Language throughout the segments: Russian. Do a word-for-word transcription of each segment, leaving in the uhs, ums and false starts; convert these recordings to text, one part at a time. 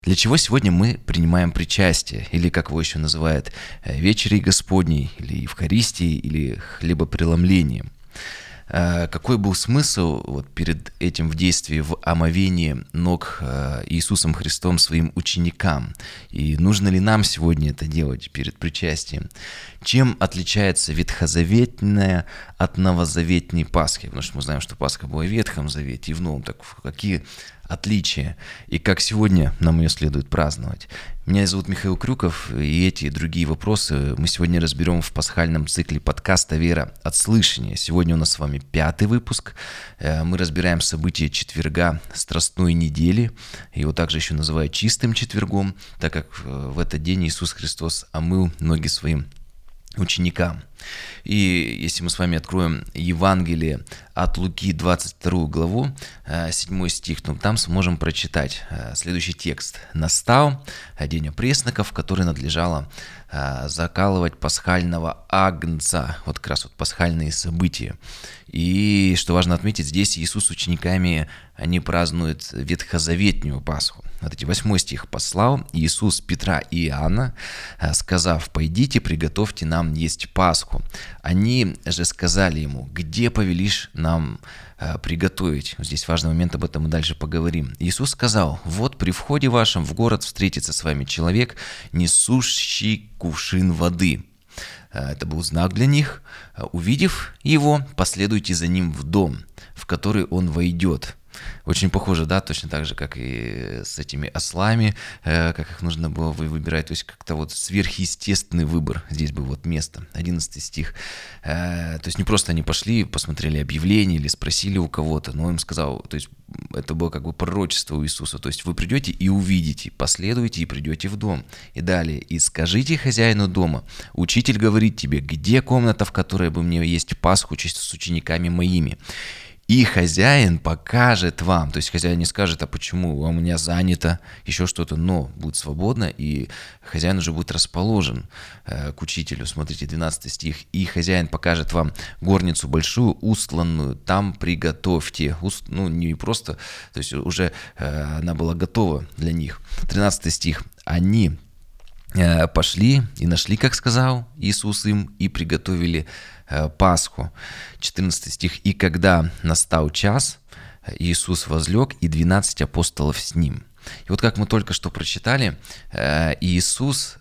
Для чего сегодня мы принимаем причастие, или, как его еще называют, вечерей Господней, или Евхаристией, или хлебопреломлением? Какой был смысл вот перед этим в действии, в омовении ног Иисусом Христом своим ученикам? И нужно ли нам сегодня это делать перед причастием? Чем отличается ветхозаветная от новозаветной Пасхи? Потому что мы знаем, что Пасха была в Ветхом Завете и в Новом. Так какие отличия? И как сегодня нам ее следует праздновать? Меня зовут Михаил Крюков, и эти и другие вопросы мы сегодня разберем в пасхальном цикле подкаста «Вера от слышания». Сегодня у нас с вами пятый выпуск. Мы разбираем события четверга Страстной недели. Его также еще называют чистым четвергом, так как в этот день Иисус Христос омыл ноги своим ученикам. И если мы с вами откроем Евангелие от Луки, двадцать вторую главу, седьмой стих, то там сможем прочитать следующий текст. «Настал день опресноков, который надлежало закалывать пасхального агнца». Вот как раз вот пасхальные события. И, что важно отметить, здесь Иисус с учениками, они празднуют ветхозаветную Пасху. Вот эти восьмой стих. «Послал Иисус Петра и Иоанна, сказав: пойдите, приготовьте нам есть Пасху. Они же сказали ему: где повелишь нам приготовить?» Здесь важный момент, об этом мы дальше поговорим. Иисус сказал: вот при входе вашем в город встретится с вами человек, несущий кувшин воды. Это был знак для них. Увидев его, последуйте за ним в дом, в который он войдет. Очень похоже, да, точно так же, как и с этими ослами, как их нужно было выбирать, то есть как-то вот сверхъестественный выбор здесь был вот место, одиннадцатый стих. То есть не просто они пошли, посмотрели объявление или спросили у кого-то, но он им сказал, то есть это было как бы пророчество у Иисуса, то есть вы придете и увидите, последуете и придете в дом. И далее: и скажите хозяину дома: учитель говорит тебе, где комната, в которой бы мне есть Пасху с учениками моими? И хозяин покажет вам. То есть хозяин не скажет: а почему, у меня занято, еще что-то, но будет свободно, и хозяин уже будет расположен э, к учителю. Смотрите, двенадцатый стих. «И хозяин покажет вам горницу большую, устланную, там приготовьте». Уст, ну, не просто, то есть уже э, она была готова для них. тринадцатый стих. «Они э, пошли и нашли, как сказал Иисус им, и приготовили Пасху». четырнадцатый стих. «И когда настал час, Иисус возлег, и двенадцать апостолов с ним». И вот как мы только что прочитали, Иисус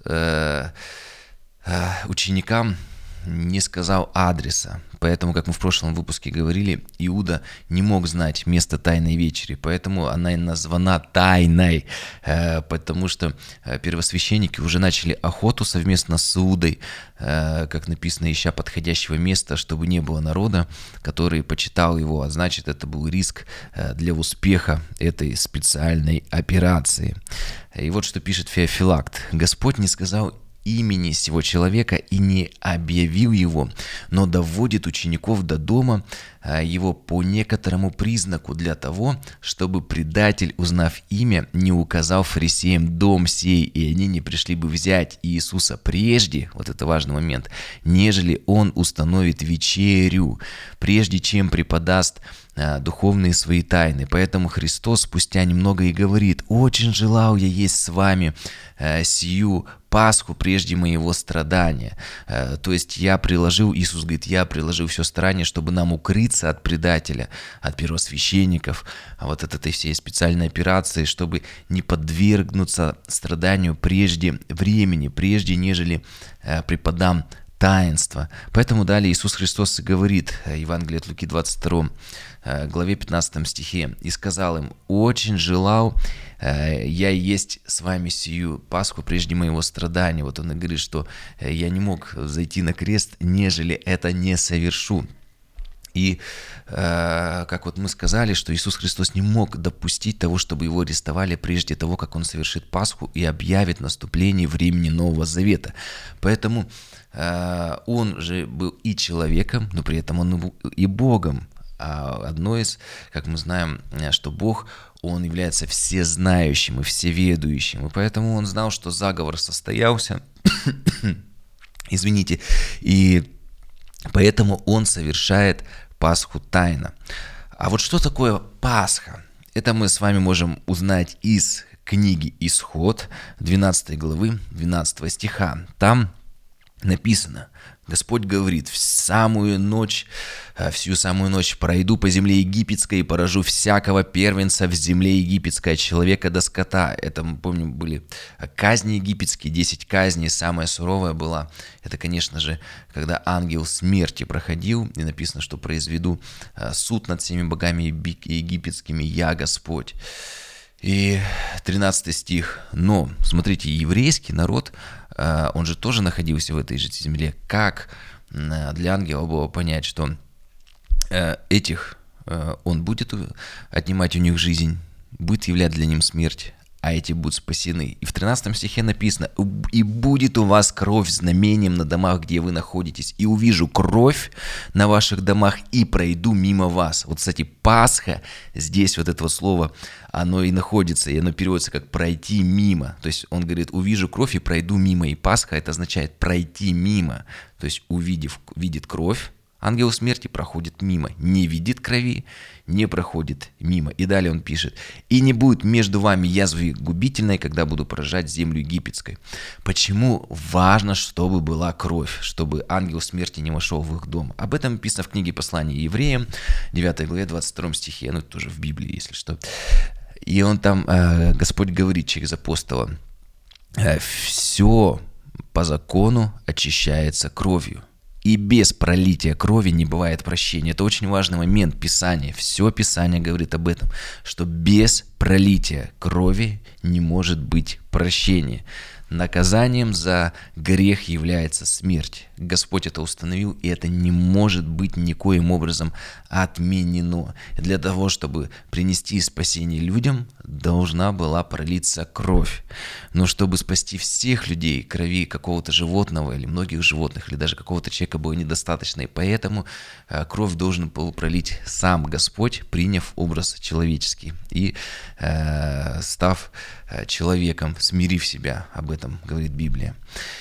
ученикам не сказал адреса. Поэтому, как мы в прошлом выпуске говорили, Иуда не мог знать место Тайной вечери. Поэтому она и названа тайной. Потому что первосвященники уже начали охоту совместно с Иудой, как написано, ища подходящего места, чтобы не было народа, который почитал его. А значит, это был риск для успеха этой специальной операции. И вот что пишет Феофилакт. «Господь не сказал имени сего человека и не объявил его, но доводит учеников до дома его по некоторому признаку, для того, чтобы предатель, узнав имя, не указал фарисеям дом сей, и они не пришли бы взять Иисуса прежде», вот это важный момент, «нежели он установит вечерю, прежде чем преподаст духовные свои тайны». Поэтому Христос спустя немного и говорит: «Очень желал я есть с вами сию Пасху прежде моего страдания». То есть я приложил, Иисус говорит, я приложил все старание, чтобы нам укрыться от предателя, от первосвященников, вот от этой всей специальной операции, чтобы не подвергнуться страданию прежде времени, прежде нежели преподам таинство. Поэтому далее Иисус Христос и говорит, Евангелие от Луки, двадцать второй главе, пятнадцатом стихе: «И сказал им: очень желал я есть с вами сию Пасху прежде моего страдания». Вот он и говорит, что я не мог зайти на крест, нежели это не совершу. И э, как вот мы сказали, что Иисус Христос не мог допустить того, чтобы его арестовали прежде того, как он совершит Пасху и объявит наступление времени Нового Завета. Поэтому э, он же был и человеком, но при этом он был и Богом. А одно из, как мы знаем, что Бог, Он является всезнающим и всеведущим. И поэтому Он знал, что заговор состоялся. Извините. И поэтому Он совершает Пасху тайно. А вот что такое Пасха? Это мы с вами можем узнать из книги «Исход» двенадцатой главы двенадцатого стиха. Там написано: Господь говорит: «В самую ночь, всю самую ночь пройду по земле египетской и поражу всякого первенца в земле египетской, от человека до скота». Это, мы помним, были казни египетские, десять казней. Самая суровая была, это, конечно же, когда ангел смерти проходил, и написано, что произведу суд над всеми богами египетскими, я Господь. И тринадцатый стих. Но, смотрите, еврейский народ, он же тоже находился в этой же земле. Как для ангела было понять, что этих он будет отнимать у них жизнь, будет являть для них смерть, а эти будут спасены? И в тринадцатом стихе написано: «И будет у вас кровь знамением на домах, где вы находитесь, и увижу кровь на ваших домах, и пройду мимо вас». Вот, кстати, Пасха, здесь вот это вот слово, оно и находится, и оно переводится как «пройти мимо». То есть он говорит: увижу кровь и пройду мимо. И Пасха — это означает пройти мимо. То есть увидев, видит кровь, ангел смерти проходит мимо, не видит крови, не проходит мимо. И далее он пишет: «И не будет между вами язвы губительной, когда буду поражать землю египетской». Почему важно, чтобы была кровь, чтобы ангел смерти не вошел в их дом? Об этом написано в книге «Послание евреям», девятой главе, двадцать втором стихе, ну это тоже в Библии, если что. И он там, Господь говорит через апостола: «Все по закону очищается кровью, и без пролития крови не бывает прощения». Это очень важный момент Писания. Все Писание говорит об этом, что без пролития крови не может быть прощения. Наказанием за грех является смерть. Господь это установил, и это не может быть никоим образом отменено. Для того, чтобы принести спасение людям, должна была пролиться кровь. Но чтобы спасти всех людей, крови какого-то животного или многих животных, или даже какого-то человека было недостаточно. И поэтому кровь должен был пролить сам Господь, приняв образ человеческий и э, став человеком, смирив себя. Об этом говорит Библия.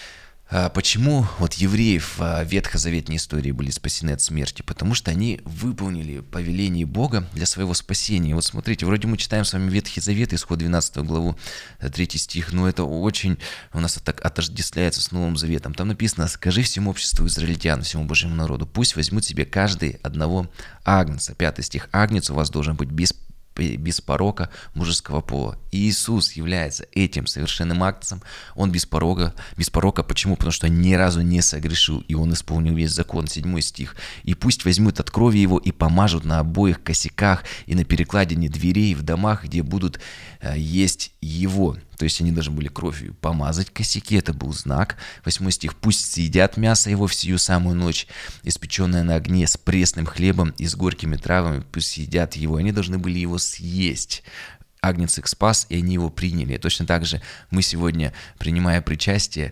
Почему вот евреи в ветхозаветной истории были спасены от смерти? Потому что они выполнили повеление Бога для своего спасения. Вот смотрите, вроде мы читаем с вами Ветхий Завет, Исход двенадцатую главу, третий стих, но это очень у нас так отождествляется с Новым Заветом. Там написано: «Скажи всему обществу израильтян, всему Божьему народу, пусть возьмут себе каждый одного агнца». Пятый стих: «Агнец у вас должен быть без без порока мужеского пола». И Иисус является этим совершенным агнцем. Он без порока. Без порока. Почему? Потому что ни разу не согрешил, и он исполнил весь закон. Седьмой стих: «И пусть возьмут от крови его и помажут на обоих косяках и на перекладине дверей в домах, где будут э, есть его». То есть они должны были кровью помазать косяки, это был знак. Восьмой стих: «Пусть съедят мясо его в сию самую ночь, испеченное на огне с пресным хлебом и с горькими травами, пусть съедят его». Они должны были его съесть. Агнец их спас, и они его приняли. Точно так же мы сегодня, принимая причастие,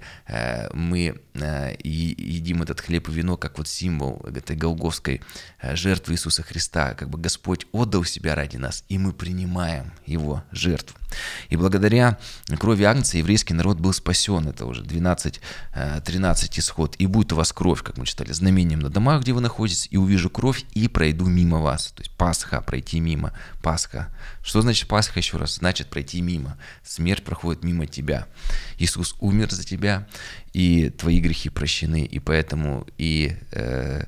мы едим этот хлеб и вино, как вот символ этой голгофской жертвы Иисуса Христа. Как бы Господь отдал себя ради нас, и мы принимаем его жертву. И благодаря крови агнца еврейский народ был спасен. Это уже двенадцать тринадцать исход. «И будет у вас кровь», как мы читали, знамением на домах, где вы находитесь, и увижу кровь, и пройду мимо вас». То есть Пасха, пройти мимо. Пасха. Что значит Пасха? Еще раз, значит пройти мимо. Смерть проходит мимо тебя. Иисус умер за тебя, и твои грехи прощены, и поэтому и э,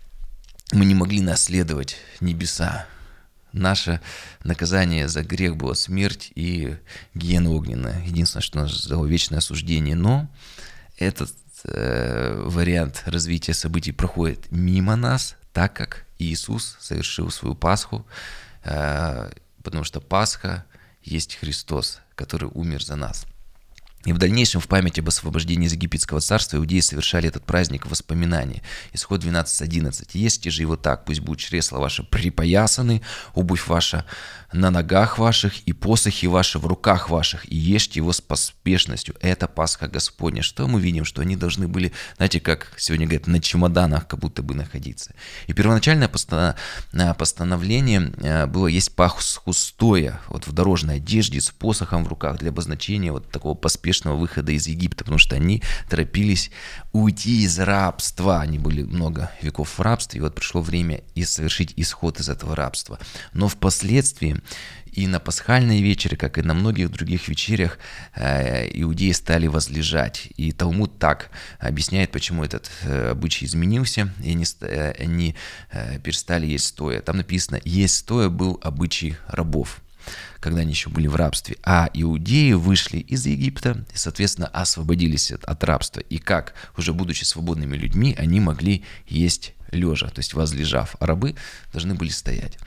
мы не могли наследовать небеса. Наше наказание за грех было смерть и гиена огненная. Единственное, что нас ждало вечное осуждение. Но этот э, вариант развития событий проходит мимо нас, так как Иисус совершил свою Пасху, э, потому что Пасха есть Христос, который умер за нас. И в дальнейшем в память об освобождении из египетского царства иудеи совершали этот праздник в воспоминании. Исход двенадцать одиннадцать. «Ешьте же его так, пусть будут чресла ваши припоясаны, обувь ваша на ногах ваших и посохи ваши в руках ваших, и ешьте его с поспешностью». Это Пасха Господня. Что мы видим? Что они должны были, знаете, как сегодня говорят, на чемоданах как будто бы находиться. И первоначальное постановление было есть Пасху стоя, вот в дорожной одежде, с посохом в руках, для обозначения вот такого поспешного успешного выхода из Египта, потому что они торопились уйти из рабства. Они были много веков в рабстве, и вот пришло время и совершить исход из этого рабства. Но впоследствии и на пасхальной вечере, как и на многих других вечерях, иудеи стали возлежать. И Талмуд так объясняет, почему этот обычай изменился, и они, они перестали есть стоя. Там написано: есть стоя был обычай рабов, когда они еще были в рабстве, а иудеи вышли из Египта и, соответственно, освободились от, от рабства. И как, уже будучи свободными людьми, они могли есть лежа, то есть возлежав, а рабы должны были стоять.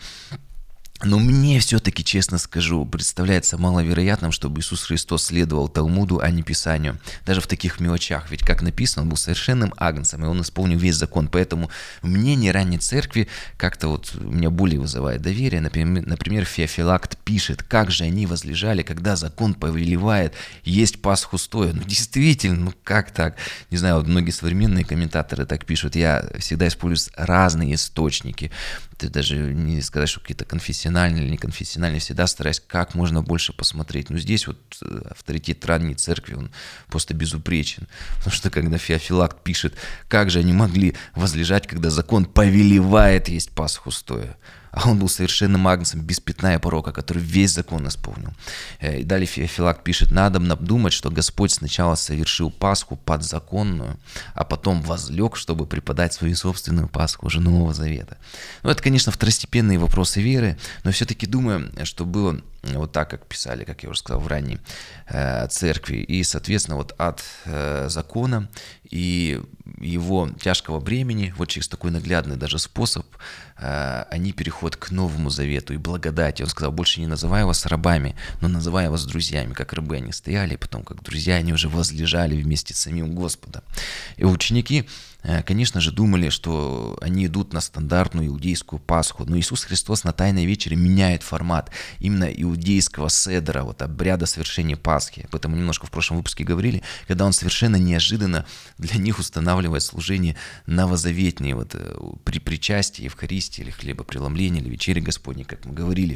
Но мне все-таки, честно скажу, представляется маловероятным, чтобы Иисус Христос следовал Талмуду, а не Писанию. Даже в таких мелочах. Ведь, как написано, он был совершенным агнцем, и он исполнил весь закон. Поэтому мнение ранней церкви как-то вот у меня более вызывает доверие. Например, например, Феофилакт пишет: как же они возлежали, когда закон повелевает есть Пасху стоя. Ну, действительно, ну как так? Не знаю, вот многие современные комментаторы так пишут. Я всегда использую разные источники. Ты даже не сказать, что какие-то конфессиональные или неконфессиональные, всегда стараюсь как можно больше посмотреть. Но здесь вот авторитет ранней церкви, он просто безупречен. Потому что когда Феофилакт пишет, как же они могли возлежать, когда закон повелевает есть Пасху стоя. А он был совершенным агнцем, без пятна и порока, который весь закон исполнил. И далее Феофилакт пишет: надо думать, что Господь сначала совершил Пасху подзаконную, а потом возлег, чтобы преподать свою собственную Пасху уже Нового Завета. Ну, это, конечно, второстепенные вопросы веры, но все-таки думаю, что было вот так, как писали, как я уже сказал, в ранней э, церкви. И, соответственно, вот от э, закона и его тяжкого бремени, вот через такой наглядный даже способ, э, они переходят к Новому Завету и благодати. Он сказал: больше не называю вас рабами, но называю вас друзьями. Как рабы они стояли, и потом, как друзья, они уже возлежали вместе с самим Господом. И ученики, конечно же, думали, что они идут на стандартную иудейскую Пасху, но Иисус Христос на Тайной вечере меняет формат именно иудейского седера, вот обряда совершения Пасхи. Об этом мы немножко в прошлом выпуске говорили, когда он совершенно неожиданно для них устанавливает служение новозаветнее, вот при причастии, Евхаристии или хлебопреломлении, или вечере Господней, как мы говорили.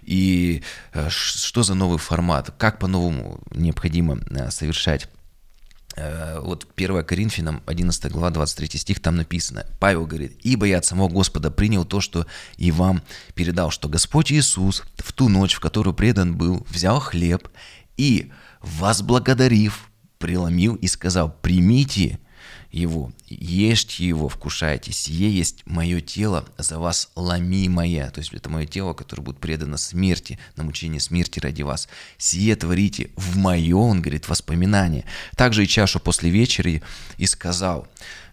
И что за новый формат? Как по-новому необходимо совершать? Вот первое Коринфянам, одиннадцатая глава, двадцать третий стих, там написано, Павел говорит: «Ибо я от самого Господа принял то, что и вам передал, что Господь Иисус в ту ночь, в которую предан был, взял хлеб и, возблагодарив, преломил и сказал: примите его, ешьте его, вкушайте, сие есть мое тело за вас ломимое». То есть это мое тело, которое будет предано смерти, на мучение смерти ради вас. «Сие творите в мое», он говорит, воспоминание. Также и чашу после вечери и сказал: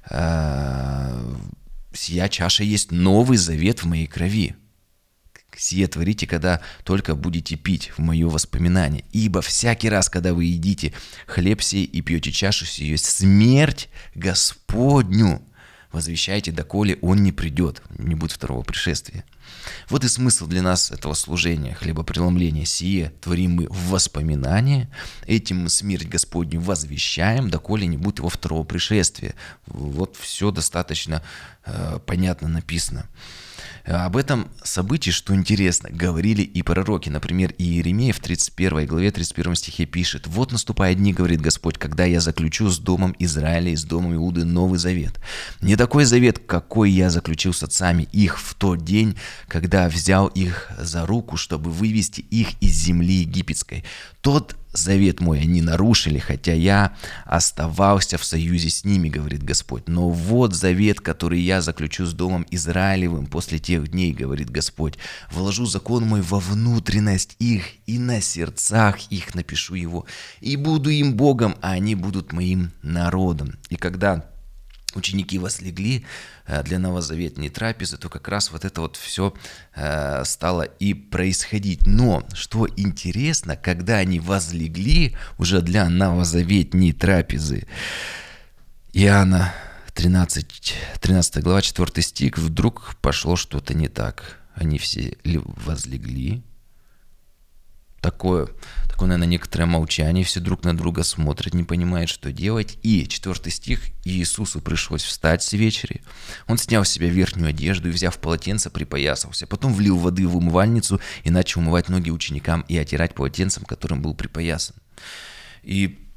«Сия чаша есть новый завет в моей крови. Сие творите, когда только будете пить в мое воспоминание. Ибо всякий раз, когда вы едите хлеб сей и пьете чашу сию, есть смерть Господню. Возвещайте, доколе он не придет, не будет второго пришествия». Вот и смысл для нас этого служения, хлебопреломления. Сие творим мы в воспоминание, этим мы смерть Господню возвещаем, доколе не будет его второго пришествия. Вот все достаточно э, понятно написано. Об этом событии, что интересно, говорили и пророки. Например, Иеремия в тридцать первой главе, тридцать первом стихе пишет: «Вот наступают дни, говорит Господь, когда я заключу с домом Израиля и с домом Иуды новый завет. Не такой завет, какой я заключил с отцами их в тот день, когда взял их за руку, чтобы вывести их из земли египетской. Тот завет мой они нарушили, хотя я оставался в союзе с ними, говорит Господь. Но вот завет, который я заключу с домом Израилевым после тех дней, говорит Господь. Вложу закон мой во внутренность их, и на сердцах их напишу его. И буду им Богом, а они будут моим народом». И когда ученики возлегли для новозаветной трапезы, то как раз вот это вот все стало и происходить. Но, что интересно, когда они возлегли уже для новозаветной трапезы, Иоанна тринадцать, тринадцатая глава, четвёртый стих, вдруг пошло что-то не так. Они все возлегли. Такое, такое, наверное, некоторое молчание, все друг на друга смотрят, не понимают, что делать. И четвертый стих: «Иисусу пришлось встать с вечери. Он снял с себя верхнюю одежду и, взяв полотенце, припоясался. Потом влил воды в умывальницу и начал умывать ноги ученикам и отирать полотенцем, которым был припоясан». И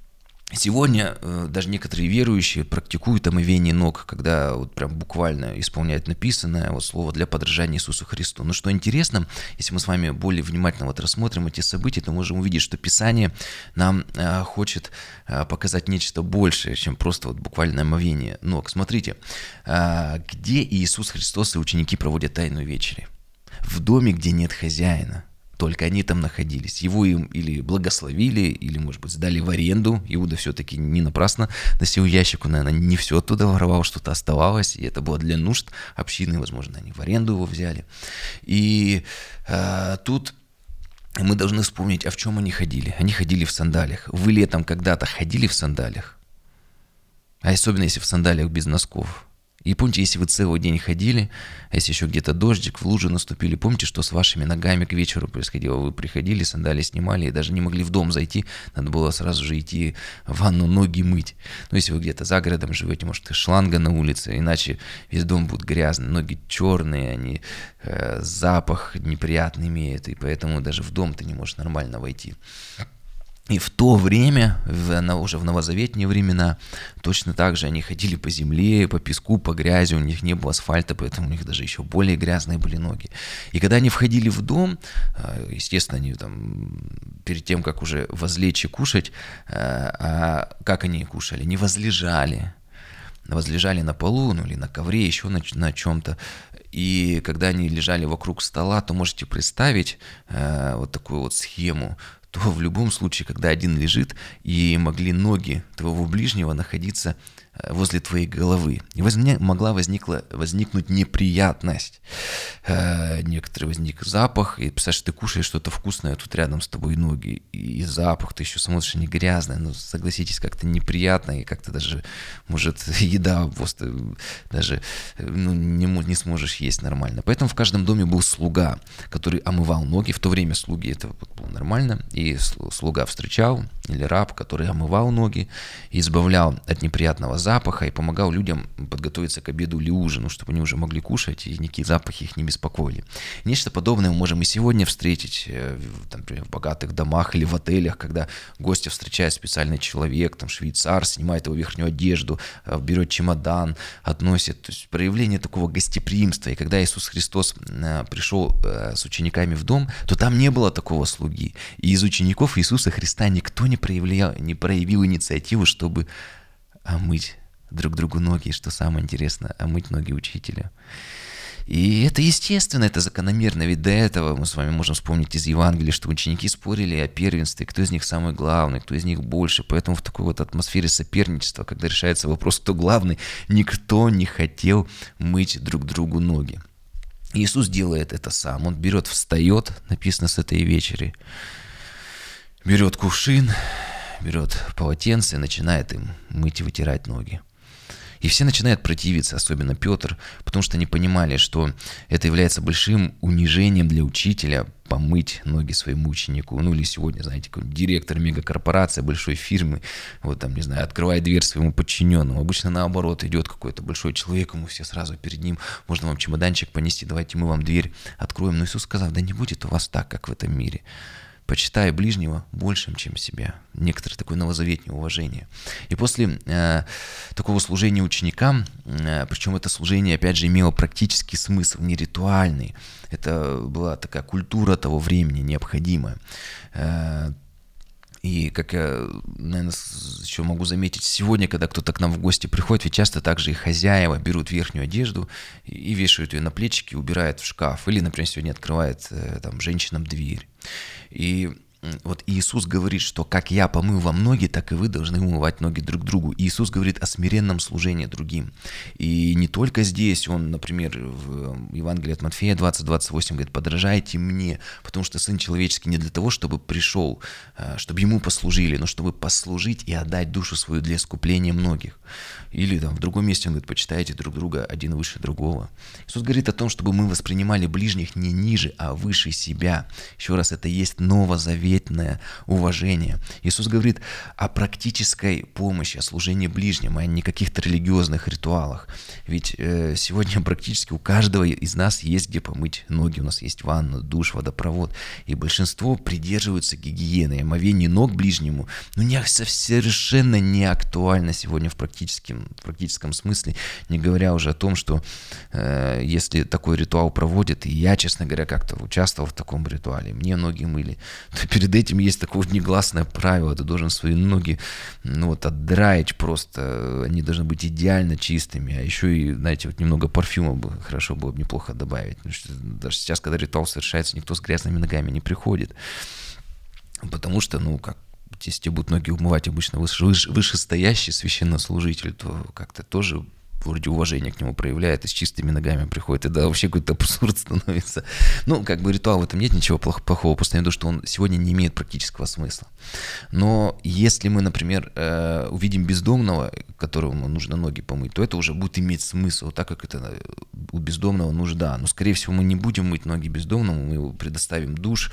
Сегодня э, даже некоторые верующие практикуют омовение ног, когда вот прям буквально исполняют написанное вот слово для подражания Иисусу Христу. Но что интересно, если мы с вами более внимательно вот рассмотрим эти события, то можем увидеть, что Писание нам э, хочет э, показать нечто большее, чем просто вот буквальное омовение ног. Смотрите, э, где Иисус Христос и ученики проводят тайную вечерю? В доме, где нет хозяина. Только они там находились. Его им или благословили, или, может быть, сдали в аренду. Иуда все-таки не напрасно носил ящик, он, наверное, не все оттуда воровал, что-то оставалось, и это было для нужд общины, возможно, они в аренду его взяли. И э, тут мы должны вспомнить, а в чем они ходили. Они ходили в сандалиях. Вы летом когда-то ходили в сандалиях? А особенно, если в сандалиях без носков. И помните, если вы целый день ходили, а если еще где-то дождик, в лужу наступили, помните, что с вашими ногами к вечеру происходило? Вы приходили, сандалии снимали и даже не могли в дом зайти, надо было сразу же идти в ванну ноги мыть. Ну, если вы где-то за городом живете, может, и шланга на улице, иначе весь дом будет грязный, ноги черные, они э, запах неприятный имеют, и поэтому даже в дом ты не можешь нормально войти. И в то время, в, уже в новозаветные времена, точно так же они ходили по земле, по песку, по грязи, у них не было асфальта, поэтому у них даже еще более грязные были ноги. И когда они входили в дом, естественно, они там, перед тем, как уже возлечь и кушать, а как они кушали? Не возлежали. Возлежали на полу, ну или на ковре, еще на, на чем-то. И когда они лежали вокруг стола, то можете представить э, вот такую вот схему, то в любом случае, когда один лежит, и могли ноги твоего ближнего находиться возле твоей головы. И возне, могла возникла, возникнуть неприятность. Э, некоторый возник запах, и представляешь, ты кушаешь что-то вкусное, тут рядом с тобой ноги, и, и запах, ты еще смотришь, не грязное, но согласитесь, как-то неприятно, и как-то даже, может, еда просто даже ну, не, не сможешь есть нормально. Поэтому в каждом доме был слуга, который омывал ноги. В то время слуги это было нормально, и слуга встречал, или раб, который омывал ноги, и избавлял от неприятного запаха и помогал людям подготовиться к обеду или ужину, чтобы они уже могли кушать, и никакие запахи их не беспокоили. Нечто подобное мы можем и сегодня встретить, там, например, в богатых домах или в отелях, когда гостя встречает специальный человек, там, швейцар, снимает его верхнюю одежду, берет чемодан, относит. То есть проявление такого гостеприимства. И когда Иисус Христос пришел с учениками в дом, то там не было такого слуги. И из учеников Иисуса Христа никто не проявлял, не проявил инициативу, чтобы омыть друг другу ноги, что самое интересное, омыть ноги учителя. И это естественно, это закономерно, ведь до этого мы с вами можем вспомнить из Евангелия, что ученики спорили о первенстве, кто из них самый главный, кто из них больше, поэтому в такой вот атмосфере соперничества, когда решается вопрос, кто главный, никто не хотел мыть друг другу ноги. Иисус делает это сам, он берет, встает, написано с этой вечери, берет кувшин, берет полотенце и начинает им мыть и вытирать ноги. И все начинают противиться, особенно Петр, потому что они понимали, что это является большим унижением для учителя помыть ноги своему ученику. Ну или сегодня, знаете, директор мегакорпорации, большой фирмы, вот там, не знаю, открывает дверь своему подчиненному. Обычно наоборот, идет какой-то большой человек, ему все сразу перед ним, можно вам чемоданчик понести, давайте мы вам дверь откроем. Но Иисус сказал, да не будет у вас так, как в этом мире. Почитай ближнего большим, чем себя. Некоторое такое новозаветнее уважение. И после э, такого служения ученикам, э, причем это служение, опять же, имело практический смысл, не ритуальный. Это была такая культура того времени, необходимая. Э, И, как я, наверное, еще могу заметить, сегодня, когда кто-то к нам в гости приходит, ведь часто также и хозяева берут верхнюю одежду и вешают ее на плечики, убирают в шкаф. Или, например, сегодня открывает там, женщинам дверь. И вот Иисус говорит, что как я помыл вам ноги, так и вы должны умывать ноги друг другу. И Иисус говорит о смиренном служении другим. И не только здесь, он, например, в Евангелии от Матфея двадцать двадцать восемь говорит, подражайте мне, потому что Сын Человеческий не для того, чтобы пришел, чтобы ему послужили, но чтобы послужить и отдать душу свою для искупления многих. Или там в другом месте он говорит, почитайте друг друга один выше другого. Иисус говорит о том, чтобы мы воспринимали ближних не ниже, а выше себя. Еще раз, это есть новозаветное ответное уважение. Иисус говорит о практической помощи, о служении ближним, а не каких-то религиозных ритуалах. Ведь э, сегодня практически у каждого из нас есть где помыть ноги. У нас есть ванна, душ, водопровод. И большинство придерживаются гигиены. Омовение ног ближнему ну, не, совершенно не актуально сегодня в практическом, в практическом смысле. Не говоря уже о том, что э, если такой ритуал проводят, и я, честно говоря, как-то участвовал в таком ритуале, мне ноги мыли, то перед этим есть такое вот негласное правило, ты должен свои ноги ну, вот, отдраить просто, они должны быть идеально чистыми, а еще и, знаете, вот немного парфюма бы хорошо было бы неплохо добавить. Потому что даже сейчас, когда ритуал совершается, никто с грязными ногами не приходит, потому что, ну, как если тебе будут ноги умывать обычно вышестоящий священнослужитель, то как-то тоже вроде уважения к нему проявляет и с чистыми ногами приходит, и да, вообще какой-то абсурд становится. Ну, как бы ритуал в этом нет ничего плохого, просто я думаю, что он сегодня не имеет практического смысла. Но если мы, например, увидим бездомного, которому нужно ноги помыть, то это уже будет иметь смысл, так как это у бездомного нужда. Но, скорее всего, мы не будем мыть ноги бездомному, мы его предоставим душ,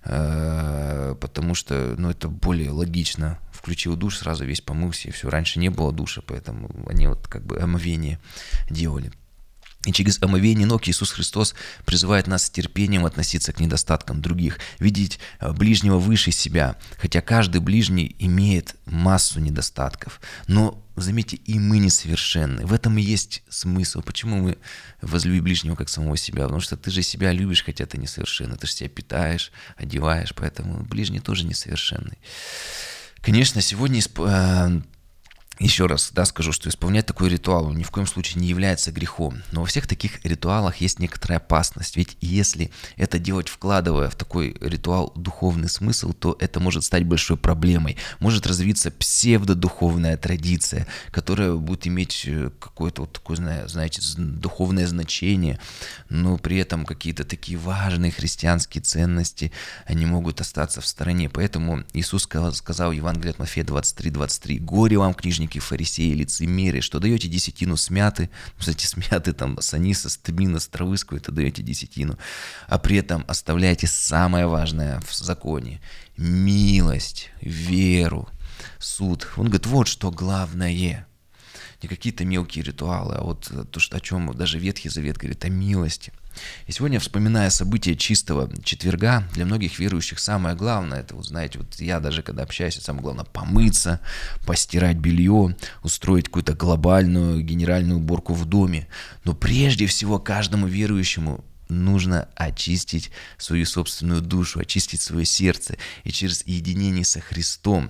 потому что, ну, это более логично. Включил душ, сразу весь помылся, и все. Раньше не было душа, поэтому они вот как бы омовение делали. И через омовение ног Иисус Христос призывает нас с терпением относиться к недостаткам других, видеть ближнего выше себя, хотя каждый ближний имеет массу недостатков. Но, заметьте, и мы несовершенны. В этом и есть смысл. Почему мы возлюби ближнего как самого себя? Потому что ты же себя любишь, хотя ты несовершенный. Ты же себя питаешь, одеваешь, поэтому ближний тоже несовершенный. Конечно, сегодня, еще раз да, скажу, что исполнять такой ритуал ни в коем случае не является грехом. Но во всех таких ритуалах есть некоторая опасность. Ведь если это делать, вкладывая в такой ритуал духовный смысл, то это может стать большой проблемой. Может развиться псевдодуховная традиция, которая будет иметь какое-то вот такое, знаете, духовное значение, но при этом какие-то такие важные христианские ценности, они могут остаться в стороне. Поэтому Иисус сказал в Евангелии от Матфея двадцать три двадцать три: «Горе вам, книжники, фарисеи, лицемеры, что даете десятину смяты, кстати, смяты там с аниса, с тмина, с травы, это даете десятину, а при этом оставляете самое важное в законе – милость, веру, суд». Он говорит, вот что главное. Не какие-то мелкие ритуалы, а вот то, что, о чем даже Ветхий Завет говорит, о милости. И сегодня, вспоминая события чистого четверга, для многих верующих самое главное, это, вот знаете, вот я даже когда общаюсь, самое главное помыться, постирать белье, устроить какую-то глобальную генеральную уборку в доме. Но прежде всего каждому верующему нужно очистить свою собственную душу, очистить свое сердце и через единение со Христом.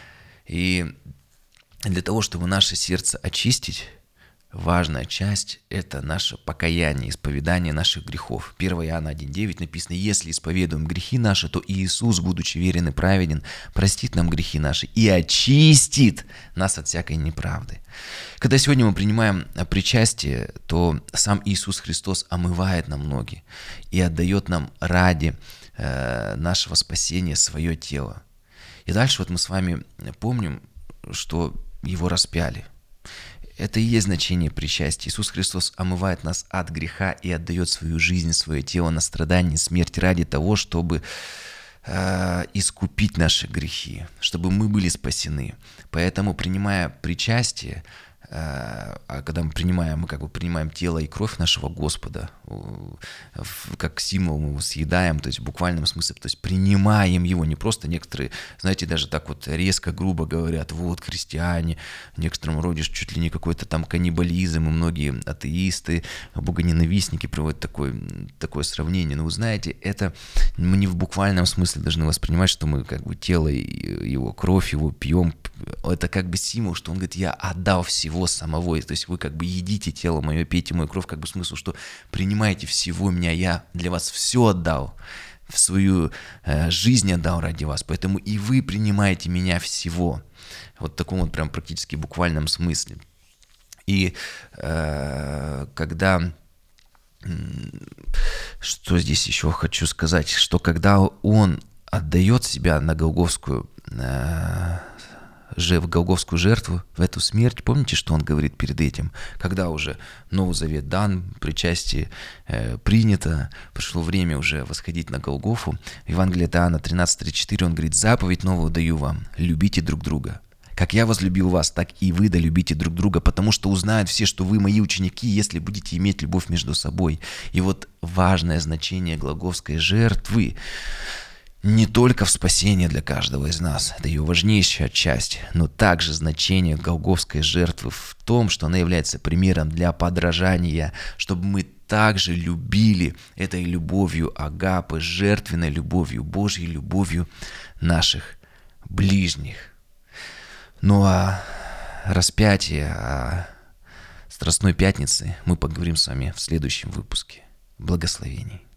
И для того, чтобы наше сердце очистить, важная часть – это наше покаяние, исповедание наших грехов. первое Иоанна один девять написано: «Если исповедуем грехи наши, то Иисус, будучи верен и праведен, простит нам грехи наши и очистит нас от всякой неправды». Когда сегодня мы принимаем причастие, то сам Иисус Христос омывает нам ноги и отдает нам ради э, нашего спасения свое тело. И дальше вот мы с вами помним, что Его распяли. Это и есть значение причастия. Иисус Христос омывает нас от греха и отдает свою жизнь, свое тело на страдание, смерть ради того, чтобы э, искупить наши грехи, чтобы мы были спасены. Поэтому, принимая причастие, э, а когда мы принимаем, мы как бы принимаем тело и кровь нашего Господа, э, как символ мы его съедаем, то есть в буквальном смысле, то есть принимаем его, не просто некоторые, знаете, даже так вот резко, грубо говорят, вот христиане, в некотором роде чуть ли не какой-то там каннибализм, и многие атеисты, богоненавистники приводят такое, такое сравнение. Но вы знаете, это мы не в буквальном смысле должны воспринимать, что мы как бы тело, его кровь, его пьем. Это как бы символ, что он говорит, я отдал всего самого, то есть вы как бы едите тело мое, пейте мою кровь, как бы смысл, что принимаете всего меня, я для вас все отдал, в свою э, жизнь отдал ради вас, поэтому и вы принимаете меня всего. Вот в таком вот прям практически буквальном смысле. И э, когда, что здесь еще хочу сказать, что когда он отдает себя на Голгофскую, э, же в голгофскую жертву, в эту смерть, помните, что он говорит перед этим? Когда уже Новый Завет дан, причастие э, принято, пришло время уже восходить на Голгофу. В Евангелии от Иоанна тринадцать тридцать четыре он говорит: «Заповедь новую даю вам, любите друг друга. Как я возлюбил вас, так и вы да любите друг друга, потому что узнают все, что вы мои ученики, если будете иметь любовь между собой». И вот важное значение голгофской жертвы не только в спасении для каждого из нас, это ее важнейшая часть, но также значение голгофской жертвы в том, что она является примером для подражания, чтобы мы также любили этой любовью агапы, жертвенной любовью, Божьей любовью наших ближних. Ну а распятие, о Страстной Пятнице мы поговорим с вами в следующем выпуске. Благословений.